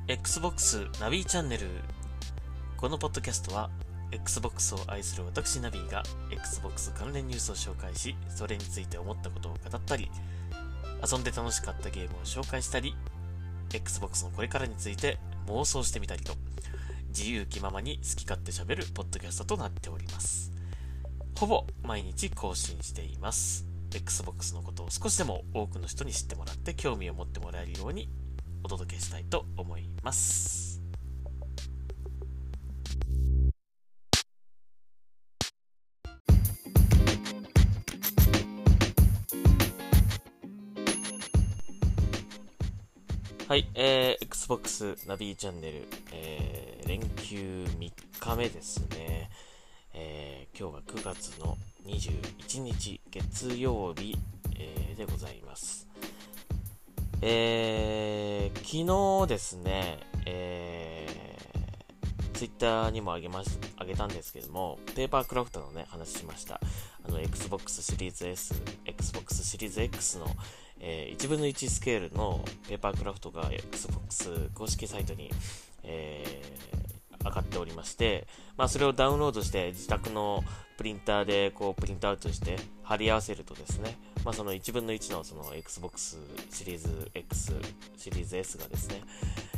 Xbox ナビチャンネル。このポッドキャストは Xbox を愛する私ナビが Xbox 関連ニュースを紹介し、それについて思ったことを語ったり、遊んで楽しかったゲームを紹介したり、Xbox のこれからについて妄想してみたりと、自由気ままに好き勝手喋るポッドキャストとなっております。ほぼ毎日更新しています。Xbox のことを少しでも多くの人に知ってもらって興味を持ってもらえるようにお届けしたいと思います。はい、Xbox ナビチャンネル、連休3日目ですね。今日は9月の21日月曜日、でございます。昨日ですね、Twitter にもあげたんですけども、ペーパークラフトのね、話しました。Xbox シリーズ S、Xbox シリーズ X の、1分の1スケールのペーパークラフトが Xbox 公式サイトに、上がっておりまして、それをダウンロードして自宅のプリンターでこうプリントアウトして貼り合わせるとですね、その1分の1のその Xbox シリーズ X、シリーズ S がですね、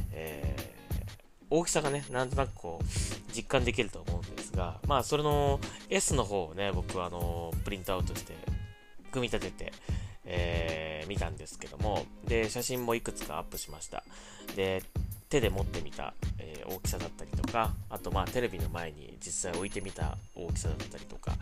大きさがね、なんとなくこう実感できると思うんですが、それの S の方をね、僕はプリントアウトして組み立てて、見たんですけども、で写真もいくつかアップしました。で手で持ってみた、大きさだったりとか、あとテレビの前に実際置いてみた大きさだったりとか、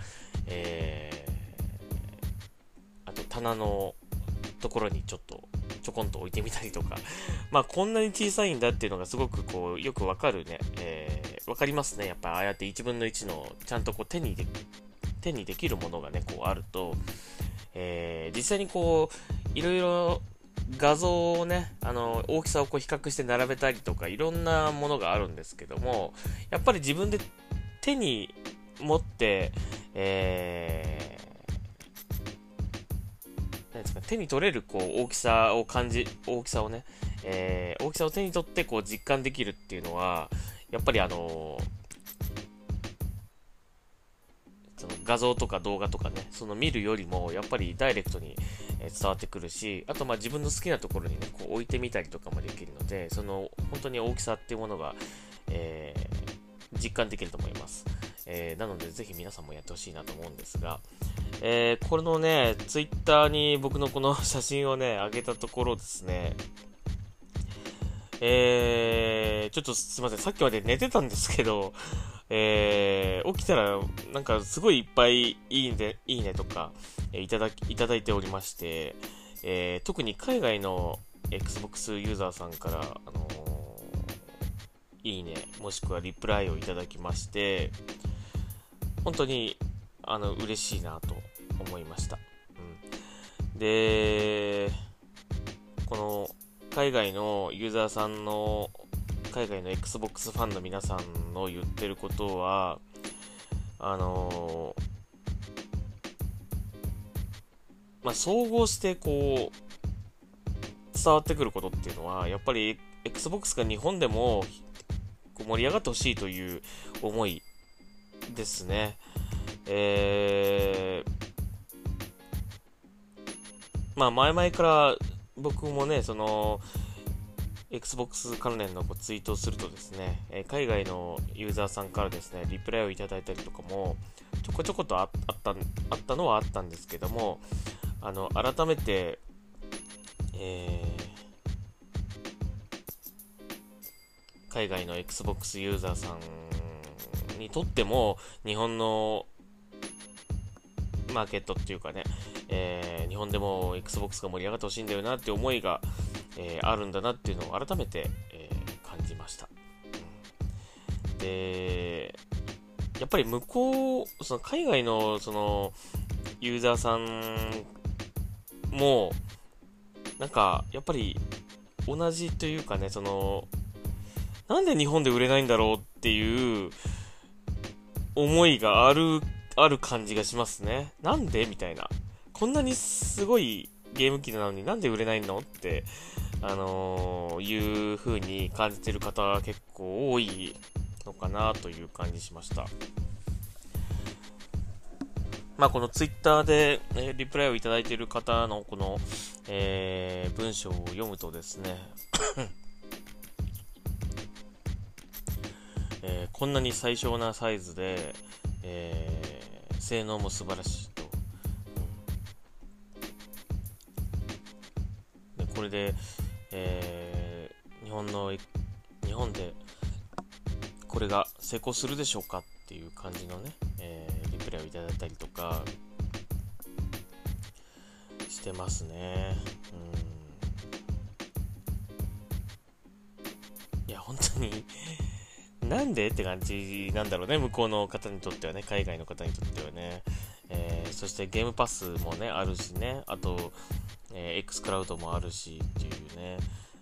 あと棚のところにちょこんと置いてみたりとか、こんなに小さいんだっていうのがすごくこうよくわかるね、わかりますね。やっぱああやって1分の1のちゃんとこう手にできるものがねこうあると、実際にこういろいろ画像をね、大きさをこう比較して並べたりとかいろんなものがあるんですけども、やっぱり自分で手に持って、何ですか、手に取れるこう大きさをね、大きさを手に取ってこう実感できるっていうのは、やっぱりその画像とか動画とかね、その見るよりもやっぱりダイレクトに伝わってくるし、あと自分の好きなところにねこう置いてみたりとかもできるので、その本当に大きさっていうものが、実感できると思います。なのでぜひ皆さんもやってほしいなと思うんですが、これのねツイッターに僕のこの写真をね上げたところですね、ちょっとすいません、さっきまで寝てたんですけど、起きたらなんかすごいいっぱいいいねとか、いただいておりまして、特に海外の Xbox ユーザーさんから、いいねもしくはリプライをいただきまして、本当に嬉しいなと思いました。で、この海外のユーザーさんの海外の Xbox ファンの皆さんの言ってることは、総合してこう伝わってくることっていうのは、やっぱり Xbox が日本でもこう盛り上がってほしいという思いですね。前々から僕もね、その Xbox 関連のツイートをするとですね、海外のユーザーさんからですね、リプライをいただいたりとかもちょこちょことあったのはあったんですけども、改めて、海外の Xbox ユーザーさんにとっても日本のマーケットっていうかね、日本でも Xbox が盛り上がってほしいんだよなっていう思いが、あるんだなっていうのを改めて、感じました。で、やっぱりその海外のそのユーザーさんもなんかやっぱり同じというかね、そのなんで日本で売れないんだろうっていう思いがある感じがしますね。なんでみたいな。こんなにすごいゲーム機なのになんで売れないのっていう風に感じてる方が結構多いのかなという感じしました。このツイッターで、リプライをいただいている方のこの、文章を読むとですね、こんなに最小なサイズで、性能も素晴らしいと、でこれで、日本でこれが成功するでしょうかっていう感じのね、リプライをいただいたりとかしてますね。いや本当になんでって感じなんだろうね、向こうの方にとってはね、海外の方にとってはね。そしてゲームパスもねあるしね、あと、X クラウドもあるしっていうね、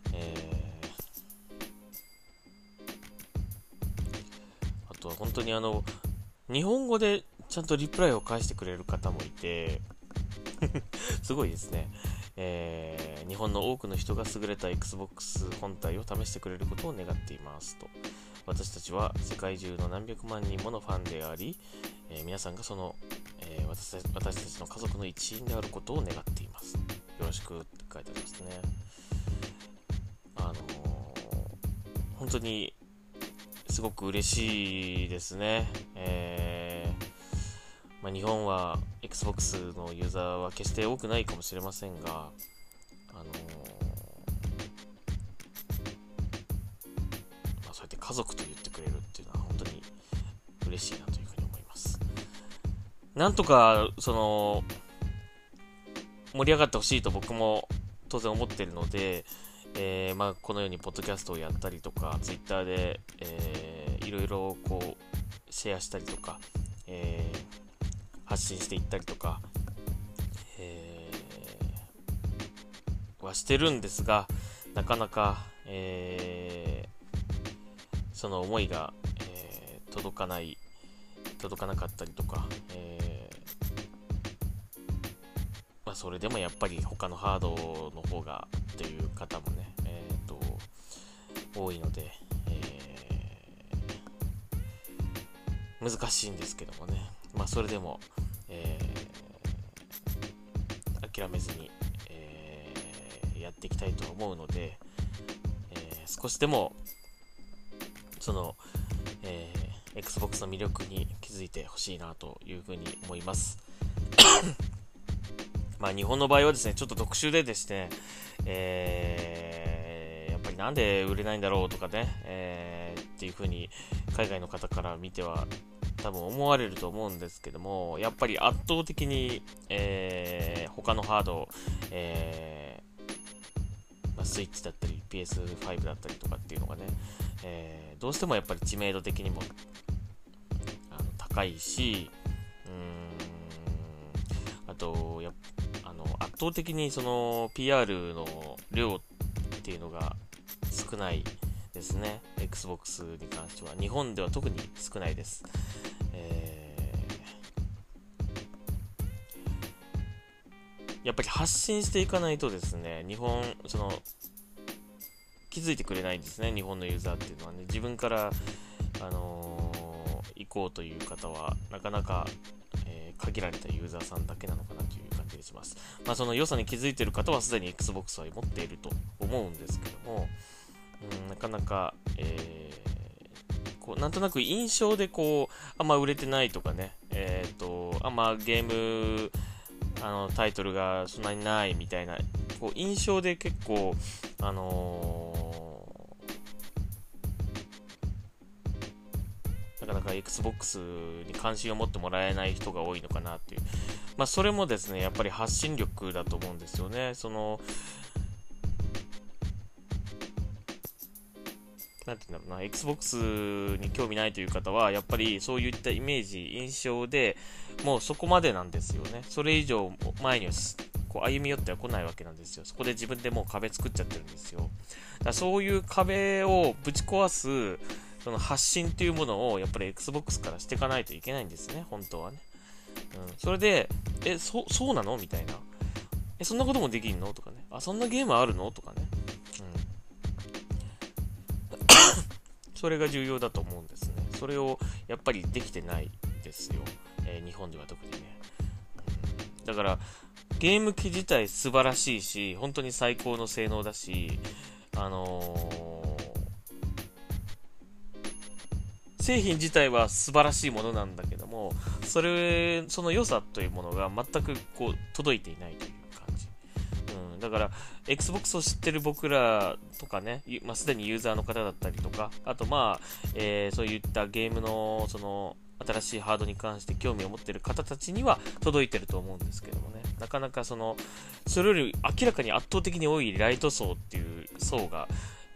あとは本当に日本語でちゃんとリプライを返してくれる方もいてすごいですね。日本の多くの人が優れた Xbox 本体を試してくれることを願っていますと。私たちは世界中の何百万人ものファンであり、皆さんがその、私たちの家族の一員であることを願っています。よろしくって書いてありますね。本当にすごく嬉しいですね。日本は Xbox のユーザーは決して多くないかもしれませんが、そうやって家族と言ってくれるっていうのは本当に嬉しいなというふうに思います。なんとか盛り上がってほしいと僕も当然思っているので、このようにポッドキャストをやったりとか、ツイッターで、いろいろこうシェアしたりとか、発信していったりとか、はしてるんですが、なかなか、その思いが、届かなかったりとか、それでもやっぱり他のハードの方がという方もね、多いので、難しいんですけどもね、それでも、諦めずに、やっていきたいと思うので、少しでもその、Xbox の魅力に気づいてほしいなというふうに思います日本の場合はですね、ちょっと特殊でですね、やっぱりなんで売れないんだろうとかね、っていうふうに海外の方から見ては多分思われると思うんですけども、やっぱり圧倒的に、他のハード、スイッチだったり PS5 だったりとかっていうのがね、どうしてもやっぱり知名度的にも高いし、あと圧倒的にその PR の量っていうのが少ないですね。 Xbox に関しては日本では特に少ないです。やっぱり発信していかないとですね、気づいてくれないんですね、日本のユーザーっていうのはね。自分から、行こうという方はなかなか、限られたユーザーさんだけなのかなという感じがします。その良さに気づいている方はすでに Xbox は持っていると思うんですけども、なかなか、なんとなく印象であんま売れてないとかね、あんまゲームタイトルがそんなにないみたいな印象で結構なかなか Xbox に関心を持ってもらえない人が多いのかなっていう、それもですねやっぱり発信力だと思うんですよね。なんていうんだろうな、Xbox に興味ないという方はやっぱりそういったイメージ印象でもうそこまでなんですよね。それ以上前には歩み寄っては来ないわけなんですよ。そこで自分でもう壁作っちゃってるんですよ。だからそういう壁をぶち壊すその発信っていうものをやっぱり Xbox からしていかないといけないんですね、本当はね。それでそうなのみたいな、そんなこともできんのとかね、そんなゲームあるのとかね、 それが重要だと思うんですね。それをやっぱりできてないですよ、日本では特にね。だからゲーム機自体素晴らしいし、本当に最高の性能だし、製品自体は素晴らしいものなんだけども、その良さというものが全くこう届いていないという感じ。だから Xbox を知ってる僕らとかね、すでにユーザーの方だったりとか、あとそういったゲームのその新しいハードに関して興味を持っている方たちには届いてると思うんですけどもね、なかなかそれより明らかに圧倒的に多いライト層っていう層が、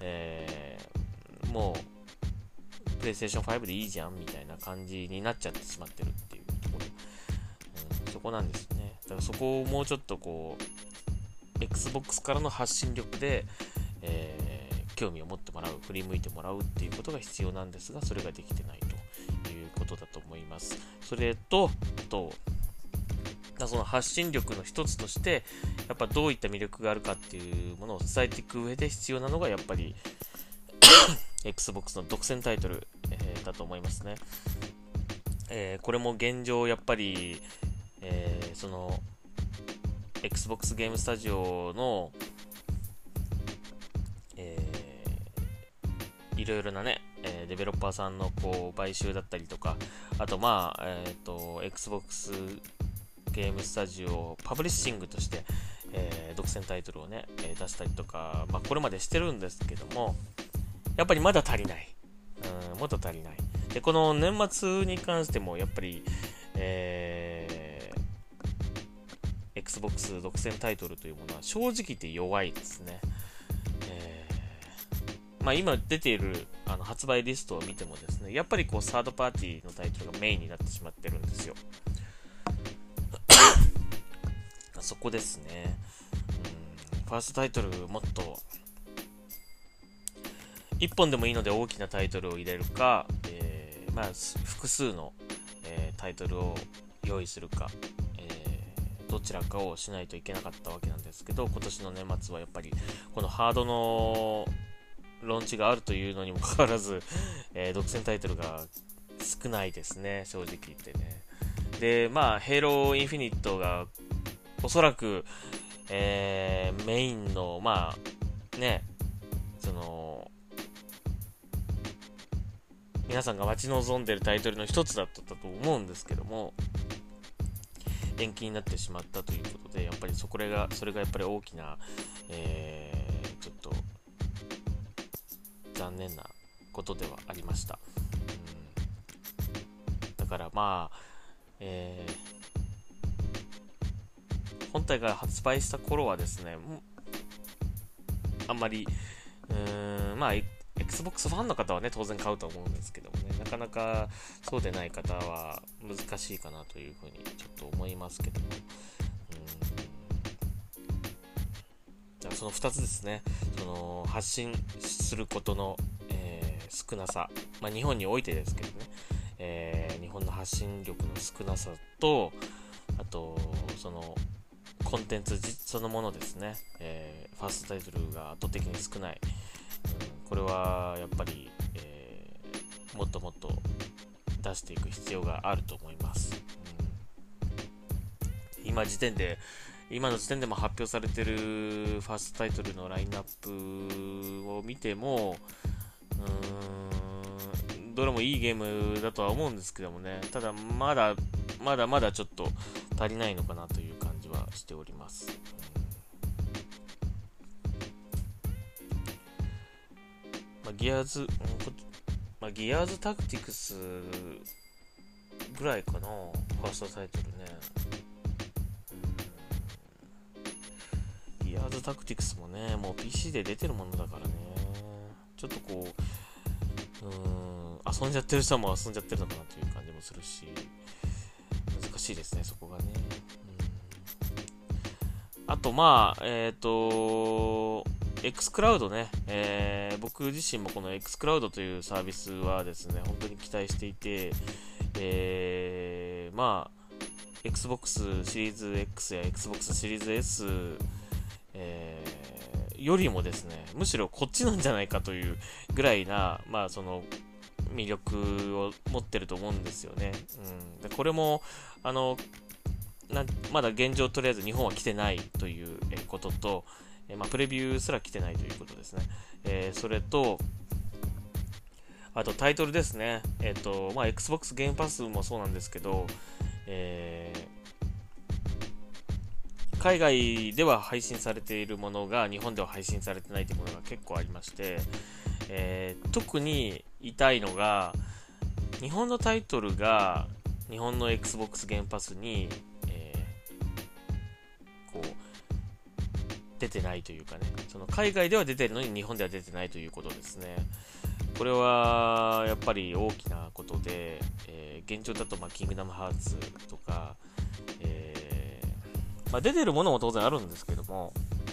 もうPlayStation 5でいいじゃんみたいな感じになっちゃってしまってるっていうところ、そこなんですね。だからそこをもうちょっとこう Xbox からの発信力で、興味を持ってもらう、振り向いてもらうっていうことが必要なんですが、それができてないということだと思います。それと、その発信力の一つとして、やっぱどういった魅力があるかっていうものを伝えていく上で必要なのがやっぱりXbox の独占タイトル、だと思いますね。これも現状やっぱり、その Xbox ゲームスタジオの、いろいろなね、デベロッパーさんのこう買収だったりとか、あとXbox ゲームスタジオパブリッシングとして、独占タイトルをね、出したりとか、これまでしてるんですけども、やっぱりまだ足りない。もっと足りない。で、この年末に関してもやっぱり、Xbox 独占タイトルというものは正直言って弱いですね。今出ている発売リストを見てもですね、やっぱりこうサードパーティーのタイトルがメインになってしまってるんですよ。そこですね。ファーストタイトルもっと1本でもいいので大きなタイトルを入れるか、複数の、タイトルを用意するか、どちらかをしないといけなかったわけなんですけど、今年の年末はやっぱりこのハードのローンチがあるというのにもかかわらず、独占タイトルが少ないですね、正直言ってね。で、ヘイローインフィニットがおそらく、メインの、皆さんが待ち望んでいるタイトルの一つだったと思うんですけども、延期になってしまったということで、やっぱりそれがやっぱり大きな、ちょっと残念なことではありました。だから本体が発売した頃はですね、あんまりXbox ファンの方はね当然買うと思うんですけどもね、なかなかそうでない方は難しいかなというふうにちょっと思いますけども、じゃあその2つですね、その発信することの、少なさ、日本においてですけどね、日本の発信力の少なさと、あとそのコンテンツそのものですね、ファーストタイトルが圧倒的に少ない、これはやっぱり、もっともっと出していく必要があると思います。今の時点でも発表されているファーストタイトルのラインナップを見ても、どれもいいゲームだとは思うんですけどもね、ただまだちょっと足りないのかなという感じはしております。ギアーズタクティクスぐらいかな、ファーストタイトルね。ギアーズタクティクスもね、もう PC で出てるものだからね、ちょっとこう、遊んじゃってる人はもう遊んじゃってるのかなという感じもするし、難しいですね、そこがね。あとxCloud ね、僕自身もこの xCloud というサービスはですね、本当に期待していて、Xbox シリーズ X や Xbox シリーズ S、 よりもですね、むしろこっちなんじゃないかというぐらいな、その魅力を持ってると思うんですよね。でこれもまだ現状とりあえず日本は来てないということと、プレビューすら来てないということですね。それとあとタイトルですね。Xbox ゲームパスもそうなんですけど、海外では配信されているものが日本では配信されてないというものが結構ありまして、特に痛いのが日本のタイトルが日本の Xbox ゲームパスに、こう出てないというかね、その海外では出てるのに日本では出てないということですね。これはやっぱり大きなことで、現状だとキングダムハーツとか、出てるものも当然あるんですけども、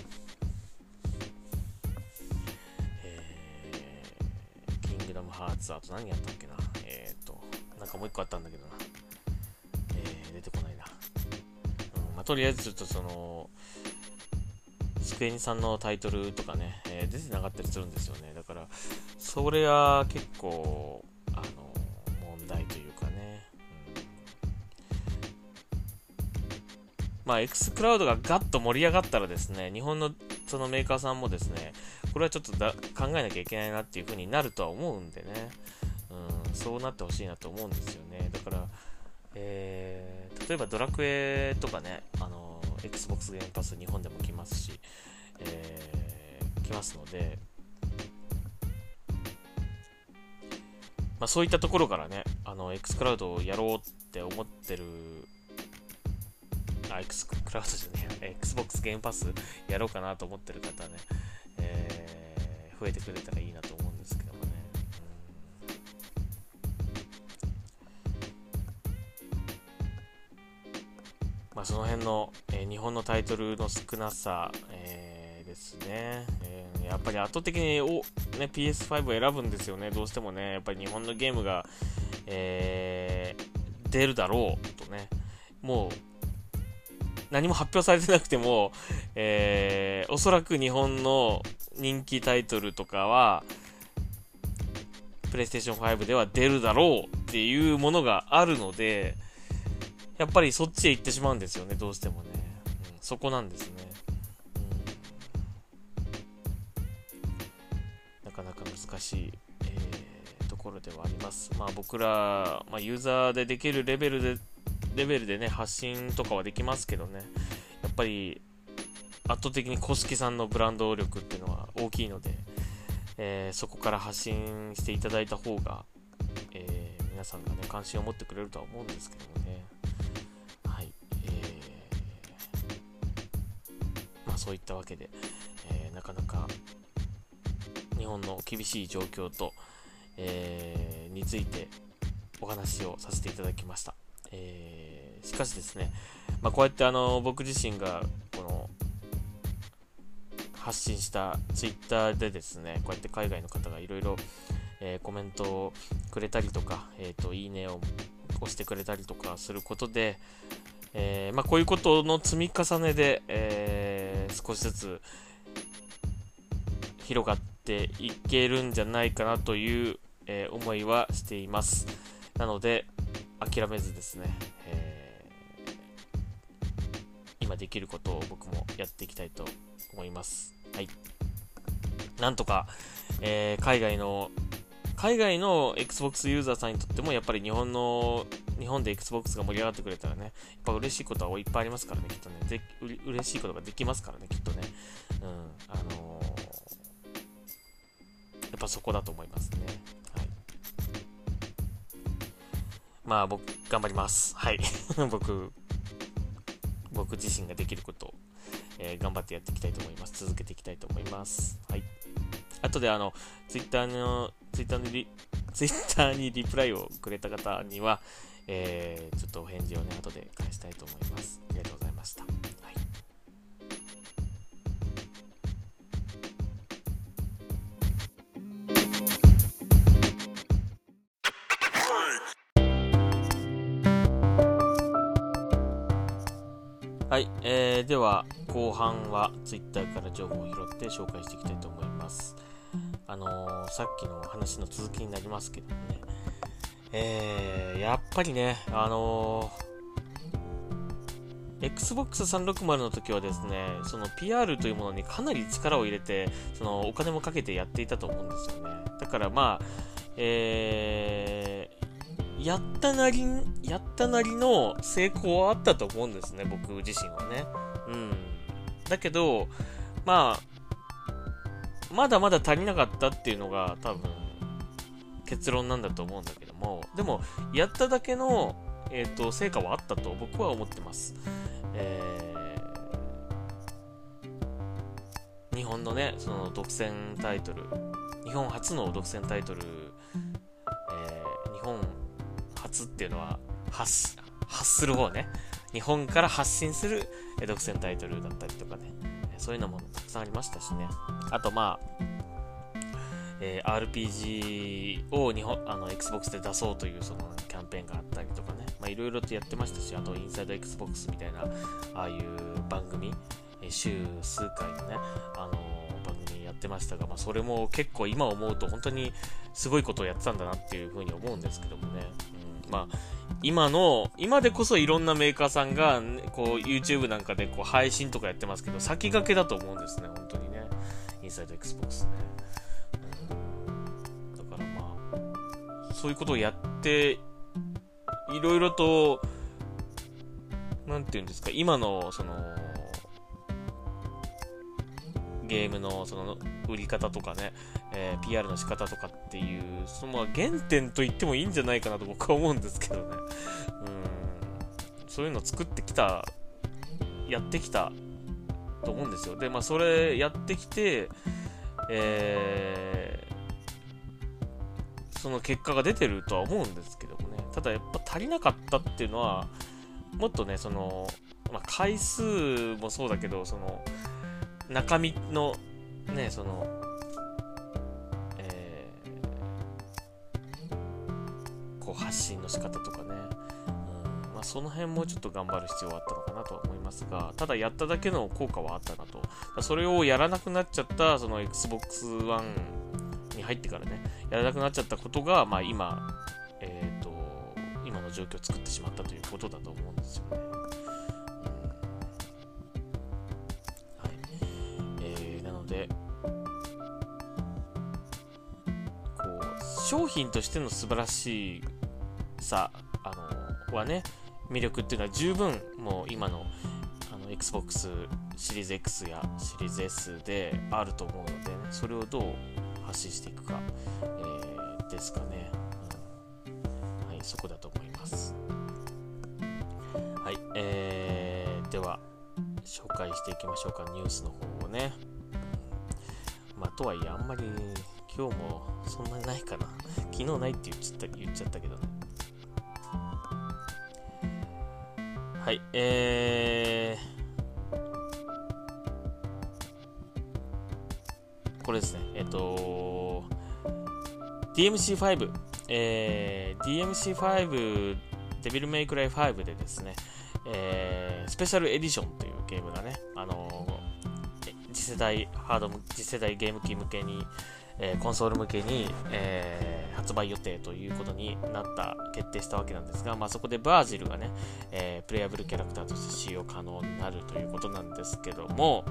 キングダムハーツ、あと何やったっけな、なんかもう一個あったんだけどな、出てこないな。とりあえずちょっとそのスクエニさんのタイトルとかね、出てなかったりするんですよね。だからそれは結構問題というかね、X クラウドがガッと盛り上がったらですね、日本のそのメーカーさんもですね、これはちょっと考えなきゃいけないなっていう風になるとは思うんでね、そうなってほしいなと思うんですよね。だから、例えばドラクエとかね、Xbox ゲームパス日本でも来ますし、来ますので、そういったところからね、X クラウドをやろうって思ってる、X クラウドじゃねえ、Xbox ゲームパスやろうかなと思ってる方ね、増えてくれたらいいなと思うんですけどもね。その辺の、日本のタイトルの少なさ、ですね。やっぱり圧倒的にPS5 を選ぶんですよね、どうしてもね。やっぱり日本のゲームが、出るだろうとね。もう何も発表されてなくても、おそらく日本の人気タイトルとかは PlayStation 5では出るだろうっていうものがあるので、やっぱりそっちへ行ってしまうんですよね、どうしてもね。そこなんですね。なかなか難しい、ところではあります。僕ら、ユーザーでできるレベルでね、発信とかはできますけどね、やっぱり圧倒的に公式さんのブランド力っていうのは大きいので、そこから発信していただいた方が、皆さんがね、関心を持ってくれるとは思うんですけどもね。はい。そういったわけで、なかなか日本の厳しい状況と、についてお話をさせていただきました。しかしですね、こうやって僕自身がこの発信したツイッターでですね、こうやって海外の方がいろいろコメントをくれたりとか、いいねを押してくれたりとかすることで、こういうことの積み重ねで、少しずつ広がっていけるんじゃないかなという、思いはしています。なので諦めずですね、今できることを僕もやっていきたいと思います。はい。なんとか、海外の Xbox ユーザーさんにとってもやっぱり日本で Xbox が盛り上がってくれたらね、やっぱ嬉しいことはいっぱいありますからね、きっとね。嬉しいことができますからね、きっとね。やっぱそこだと思いますね。はい。僕、頑張ります。はい。僕自身ができることを、頑張ってやっていきたいと思います。続けていきたいと思います。はい。あとでツイッターにリプライをくれた方には、ちょっとお返事をね、後で返したいと思います。ありがとうございました。はい。はい、では後半は Twitter から情報を拾って紹介していきたいと思います。さっきの話の続きになりますけどもね、やっぱりね、Xbox 360の時はですね、その PR というものにかなり力を入れて、そのお金もかけてやっていたと思うんですよね。だからまあ、やったなりの成功はあったと思うんですね、僕自身はね。だけど、まあ、まだまだ足りなかったっていうのが多分結論なんだと思うんだけども、でも、やっただけの、成果はあったと僕は思ってます。日本のね、その独占タイトル、日本初の独占タイトル、日本初っていうのは発する方ね、日本から発信する独占タイトルだったりとかね、そういうのもたくさんありましたしね。あとまあ、RPG をXbox で出そうというそのキャンペーンがあったりとかね、まあいろいろとやってましたし、あとインサイド Xbox みたいなああいう番組、週数回のね、番組やってましたが、まあそれも結構今思うと本当にすごいことをやってたんだなっていうふうに思うんですけどもね。まあ今でこそいろんなメーカーさんが、ね、こう YouTube なんかでこう配信とかやってますけど、先駆けだと思うんですね、本当にね。インサイド Xbox ね。だからまあ、そういうことをやって、いろいろと、なんていうんですか、今のその、ゲームのその売り方とかね、PR の仕方とかっていう、その原点と言ってもいいんじゃないかなと僕は思うんですけどね。そういうのを作ってきた、やってきたと思うんですよ。で、まあそれやってきて、その結果が出てるとは思うんですけどもね。ただやっぱ足りなかったっていうのは、もっとね、その、まあ回数もそうだけど、その、中身のね、その、こう発信の仕方とかね、まあ、その辺もちょっと頑張る必要はあったのかなと思いますが、ただやっただけの効果はあったなと。それをやらなくなっちゃったその Xbox One に入ってからね、やらなくなっちゃったことが、まあ今の状況を作ってしまったということだと思うんですよね。でこう商品としての素晴らしさはね、魅力っていうのは十分もう今のXbox シリーズ X やシリーズ S であると思うので、ね、それをどう発信していくか、ですかね、はい、そこだと思います。はい、では紹介していきましょうか、ニュースの方をね。まあ、とはいえあんまり今日もそんなにないかな。昨日ないって言っちゃったけどね。はい、これですね。DMC5、DMC5 デビルメイクライ5でですね、スペシャルエディションというゲームがね、次世代ゲーム機向けに、コンソール向けに、発売予定ということに決定したわけなんですが、まあ、そこでバージルがね、プレイアブルキャラクターとして使用可能になるということなんですけども、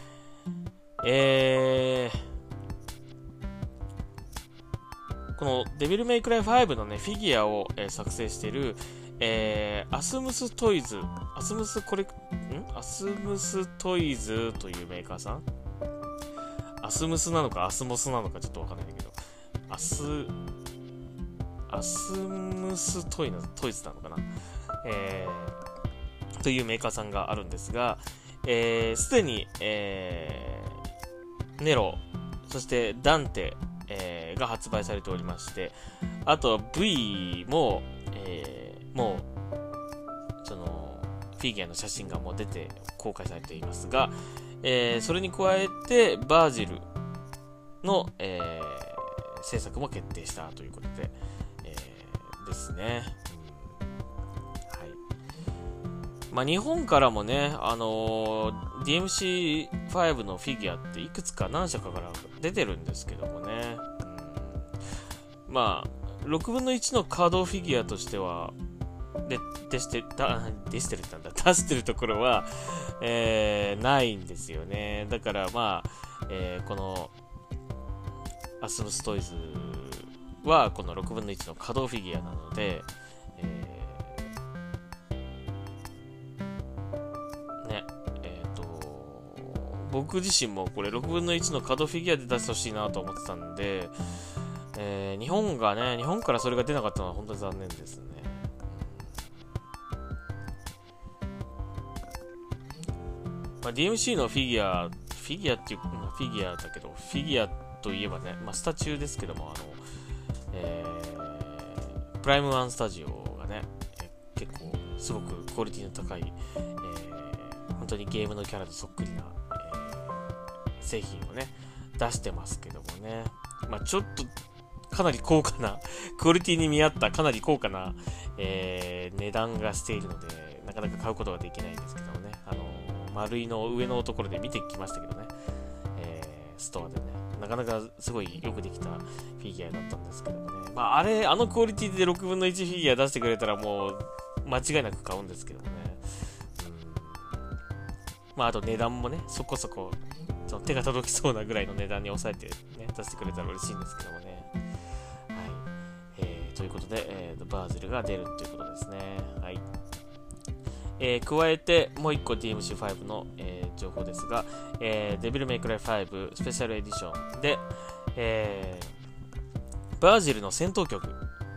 このデビルメイクライ5のね、フィギュアを、作成している、アスムストイズというメーカーさん、アスムスなのかアスモスなのかちょっとわかんないんだけど、アスムストイズなのかな、というメーカーさんがあるんですが、すでに、ネロ、そしてダンテ、が発売されておりまして、あと V も、もうそのフィギュアの写真がもう出て公開されていますが、それに加えてバージルの、制作も決定したということで、ですね、はい。 日本からもね、DMC5 のフィギュアっていくつか何社かから出てるんですけどもね、6分の1のカードフィギュアとしては出してるところは、ないんですよね。だからこのアスムストイズはこの6分の1の可動フィギュアなので、僕自身もこれ6分の1の可動フィギュアで出してほしいなと思ってたんで、日本からそれが出なかったのは本当に残念ですね。DMC のフィギュアっていう、フィギュアだけど、フィギュアといえばね、スタチューですけども、プライムワンスタジオがね、結構すごくクオリティの高い、本当にゲームのキャラとそっくりな、製品をね出してますけどもね、ちょっとかなり高価なクオリティに見合ったかなり高価な、値段がしているのでなかなか買うことができないんですけどもね、丸いの上のところで見てきましたけどね、ストアでねなかなかすごいよくできたフィギュアだったんですけどもね、あのクオリティで6分の1フィギュア出してくれたらもう間違いなく買うんですけどもね、あと値段もねそこそこ手が届きそうなぐらいの値段に抑えて、ね、出してくれたら嬉しいんですけどもね。はい。ということで、バーゼルが出るということですね。はい。加えて、もう一個 DMC5 の、情報ですが、デビルメイクライ5スペシャルエディションで、バージルの戦闘曲、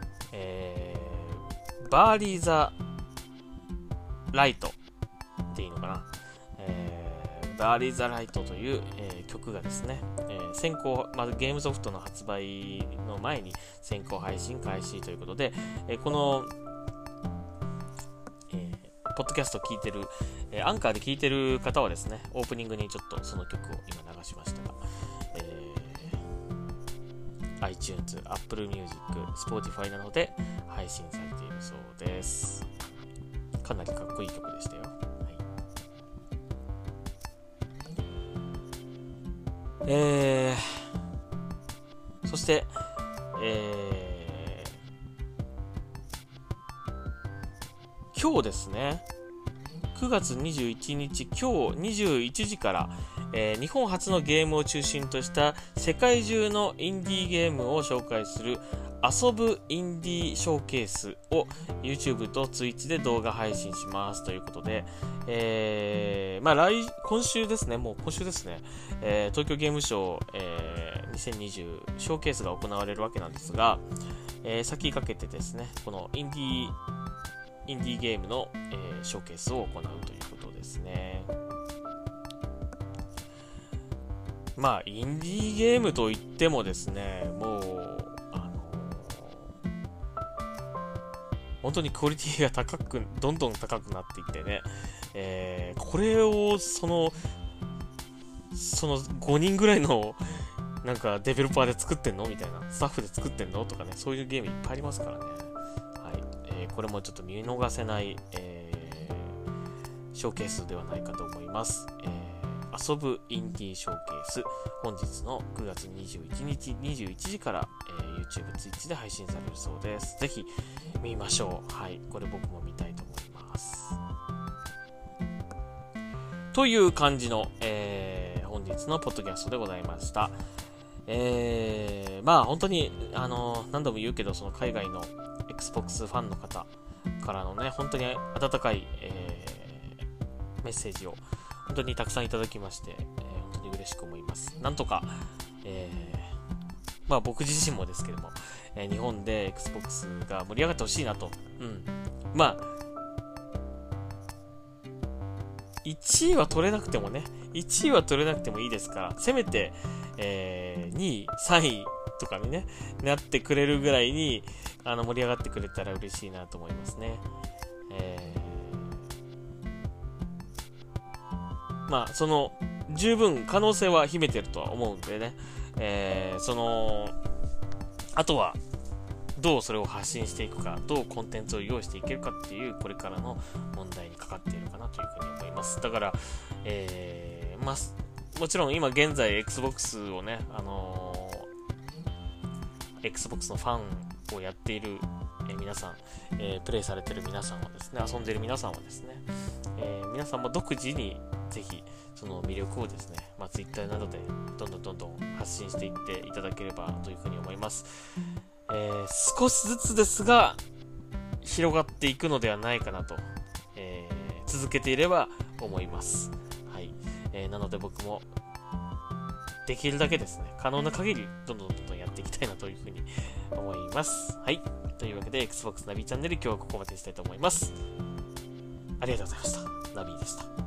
バーリーザライトっていいのかな、バーリーザライトという、曲がですね、先行、ゲームソフトの発売の前に先行配信開始ということで、この、ポッドキャスト聞いてる、アンカーで聞いてる方はですね、オープニングにちょっとその曲を今流しましたが、iTunes、Apple Music、Spotify などで配信されているそうです。かなりかっこいい曲でしたよ。そして、今日ですね、9月21日、今日21時から、日本初のゲームを中心とした世界中のインディーゲームを紹介する遊ぶインディーショーケースを YouTube と Twitch で動画配信しますということで、今週ですね、東京ゲームショー、2020ショーケースが行われるわけなんですが、先駆けてですね、このインディーゲームの、ショーケースを行うということですね。インディーゲームといってもですね、もう本当にクオリティがどんどん高くなっていってね、これをその5人ぐらいのなんかデベロッパーで作ってんのみたいな、スタッフで作ってんのとかね、そういうゲームいっぱいありますからね。はい、これもちょっと見逃せない、ショーケースではないかと思います。遊ぶインディーショーケース、本日の9月21日21時から、YouTube、Twitch で配信されるそうです。ぜひ見ましょう。はい、これ僕も見たいと思います。という感じの、本日のポッドキャストでございました。本当に何度も言うけど、その海外の Xbox ファンの方からのね、本当に温かい、メッセージを本当にたくさんいただきまして、本当に嬉しく思います。なんとか、僕自身もですけども、日本で Xbox が盛り上がってほしいなと。1位は取れなくてもね、1位は取れなくてもいいですから、せめて、2位、3位とかにね、なってくれるぐらいに、盛り上がってくれたら嬉しいなと思いますね。その十分可能性は秘めてるとは思うんでね、あとはどうそれを発信していくか、どうコンテンツを用意していけるかっていう、これからの問題にかかっているかなというふうに思います。だから、もちろん今現在 Xbox をね、Xbox のファンをやっている皆さん、プレイされている皆さんはですね、遊んでいる皆さんはですね、皆さんも独自にぜひその魅力をですね、Twitter などでどんどん発信していっていただければというふうに思います。少しずつですが広がっていくのではないかなと、続けていれば思います。はい。なので僕もできるだけですね、可能な限りどんどんやっていきたいなというふうに思います。はい。というわけで Xbox ナビチャンネル今日はここまでにしたいと思います。ありがとうございました。ナビでした。